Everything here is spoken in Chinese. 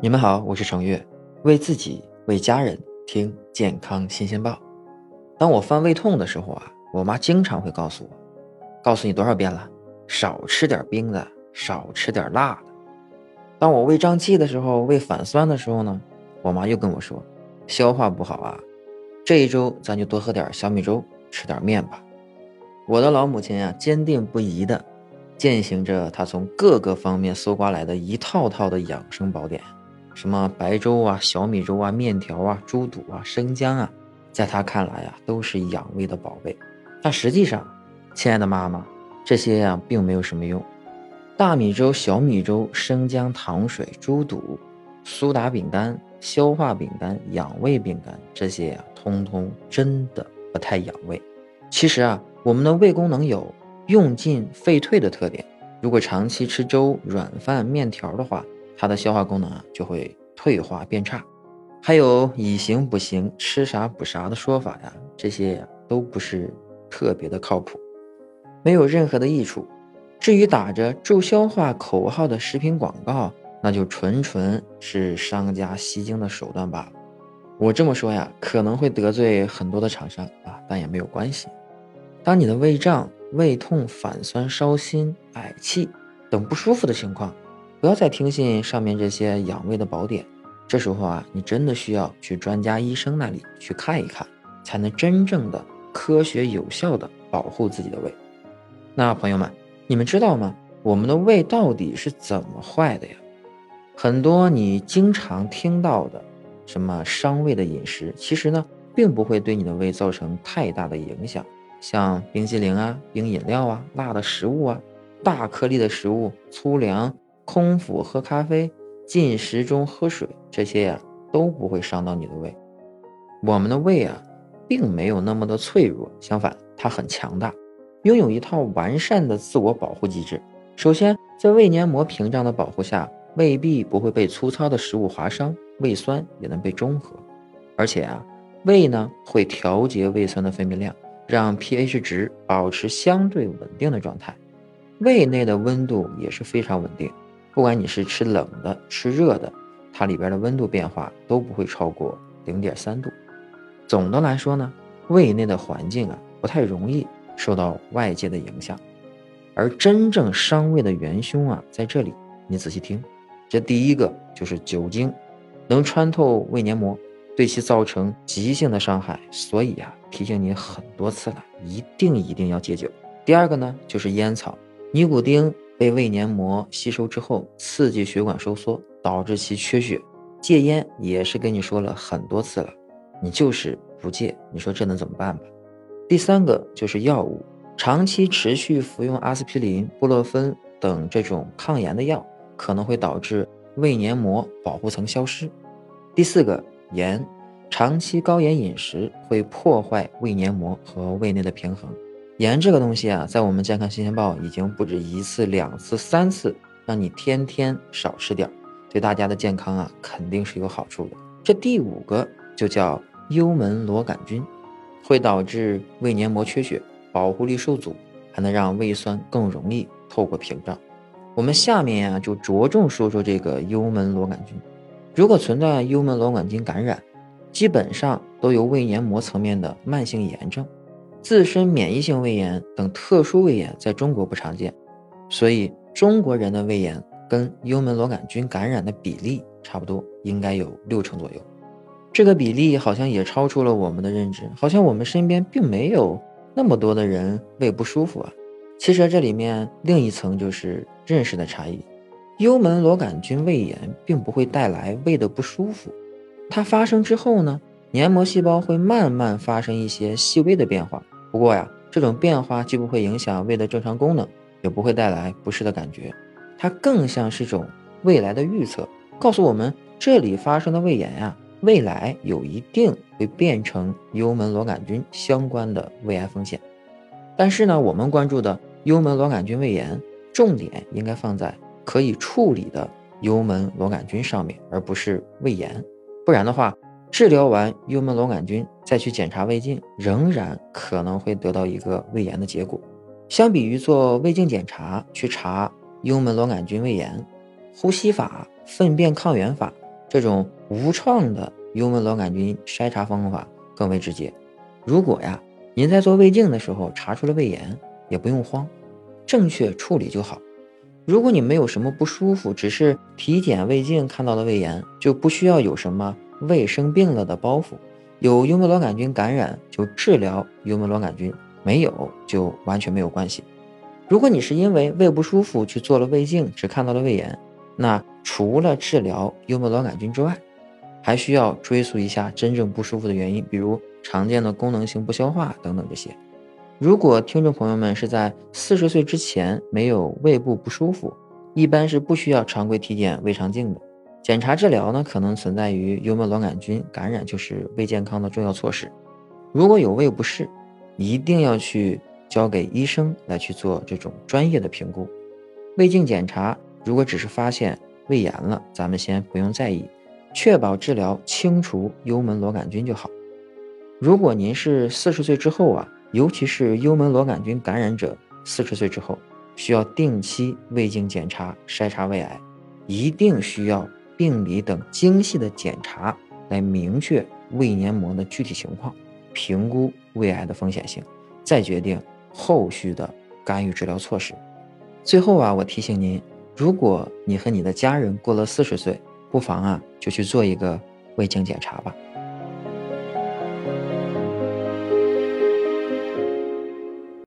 你们好，我是程月，为自己为家人听健康新鲜报。当我犯胃痛的时候我妈经常会告诉我，告诉你多少遍了，少吃点冰的，少吃点辣的。当我胃胀气的时候，胃反酸的时候呢，我妈又跟我说，消化不好这一周咱就多喝点小米粥，吃点面吧。我的老母亲坚定不移地践行着她从各个方面搜刮来的一套套的养生宝典，什么白粥小米粥面条猪肚生姜在她看来都是养胃的宝贝。但实际上，亲爱的妈妈，这些并没有什么用。大米粥、小米粥、生姜糖水、猪肚、苏打饼干、消化饼干、养胃饼干，这些通通真的不太养胃。其实我们的胃功能有用进废退的特点。如果长期吃粥、软饭、面条的话，它的消化功能就会退化变差。还有以形补形、吃啥补啥的说法这些都不是特别的靠谱，没有任何的益处。至于打着助消化口号的食品广告，那就纯是商家吸睛的手段罢了。我这么说可能会得罪很多的厂商但也没有关系。当你的胃胀、胃痛、反酸、烧心、嗳气等不舒服的情况，不要再听信上面这些养胃的宝典。这时候你真的需要去专家医生那里去看一看，才能真正的科学有效的保护自己的胃。那朋友们，你们知道吗？我们的胃到底是怎么坏的呀？很多你经常听到的什么伤胃的饮食，其实呢并不会对你的胃造成太大的影响。像冰激凌冰饮料辣的食物大颗粒的食物、粗粮、空腹喝咖啡、进食中喝水，这些都不会伤到你的胃。我们的胃并没有那么的脆弱，相反它很强大，拥有一套完善的自我保护机制。首先，在胃黏膜屏障的保护下，胃壁不会被粗糙的食物划伤，胃酸也能被中和。而且胃呢会调节胃酸的分泌量，让 pH 值保持相对稳定的状态。胃内的温度也是非常稳定，不管你是吃冷的吃热的，它里边的温度变化都不会超过 0.3 度。总的来说呢，胃内的环境不太容易受到外界的影响。而真正伤胃的元凶在这里，你仔细听，这第一个就是酒精，能穿透胃黏膜，对其造成急性的伤害。所以提醒你很多次了，一定要戒酒。第二个呢就是烟草，尼古丁被胃黏膜吸收之后，刺激血管收缩，导致其缺血。戒烟也是跟你说了很多次了，你就是不戒，你说这能怎么办吧？第三个就是药物，长期持续服用阿司匹林、布洛芬等这种抗炎的药，可能会导致胃黏膜保护层消失。第四个，盐，长期高盐饮食会破坏胃黏膜和胃内的平衡。盐这个东西在我们健康新鲜报已经不止1次、2次、3次，让你天天少吃点，对大家的健康肯定是有好处的。这第五个就叫幽门螺杆菌，会导致胃黏膜缺血，保护力受阻，还能让胃酸更容易透过屏障。我们下面就着重说说这个幽门螺杆菌。如果存在幽门螺杆菌感染，基本上都有胃黏膜层面的慢性炎症。自身免疫性胃炎等特殊胃炎在中国不常见，所以中国人的胃炎跟幽门螺杆菌感染的比例差不多，应该有60%左右。这个比例好像也超出了我们的认知，好像我们身边并没有那么多的人胃不舒服其实这里面另一层就是认识的差异。幽门螺杆菌胃炎并不会带来胃的不舒服，它发生之后呢，黏膜细胞会慢慢发生一些细微的变化。不过这种变化既不会影响胃的正常功能，也不会带来不适的感觉，它更像是种未来的预测，告诉我们这里发生的胃炎未来有一定会变成幽门螺杆菌相关的胃癌风险。但是呢，我们关注的幽门螺杆菌胃炎，重点应该放在可以处理的幽门螺杆菌上面，而不是胃炎。不然的话，治疗完幽门螺杆菌再去检查胃镜，仍然可能会得到一个胃炎的结果。相比于做胃镜检查去查幽门螺杆菌胃炎，呼吸法、粪便抗原法这种无创的幽门螺杆菌筛查方法更为直接。如果呀，您在做胃镜的时候查出了胃炎，也不用慌，正确处理就好。如果你没有什么不舒服，只是体检胃镜看到了胃炎，就不需要有什么胃生病了的包袱。有幽门螺杆菌感染就治疗幽门螺杆菌，没有就完全没有关系。如果你是因为胃不舒服去做了胃镜，只看到了胃炎，那除了治疗幽门螺杆菌之外，还需要追溯一下真正不舒服的原因，比如常见的功能性不消化等等这些。如果听众朋友们是在40岁之前没有胃部不舒服，一般是不需要常规体检胃肠镜的。检查治疗呢，可能存在于幽门螺杆菌感染，就是胃健康的重要措施。如果有胃不适，一定要去交给医生来去做这种专业的评估。胃镜检查如果只是发现胃炎了，咱们先不用在意，确保治疗清除幽门螺杆菌就好。如果您是40岁之后啊，尤其是幽门螺杆菌感染者，40岁之后需要定期胃镜检查筛查胃癌，一定需要病理等精细的检查来明确胃黏膜的具体情况，评估胃癌的风险性，再决定后续的干预治疗措施。最后啊，我提醒您，如果你和你的家人过了40岁，不妨啊就去做一个胃镜检查吧。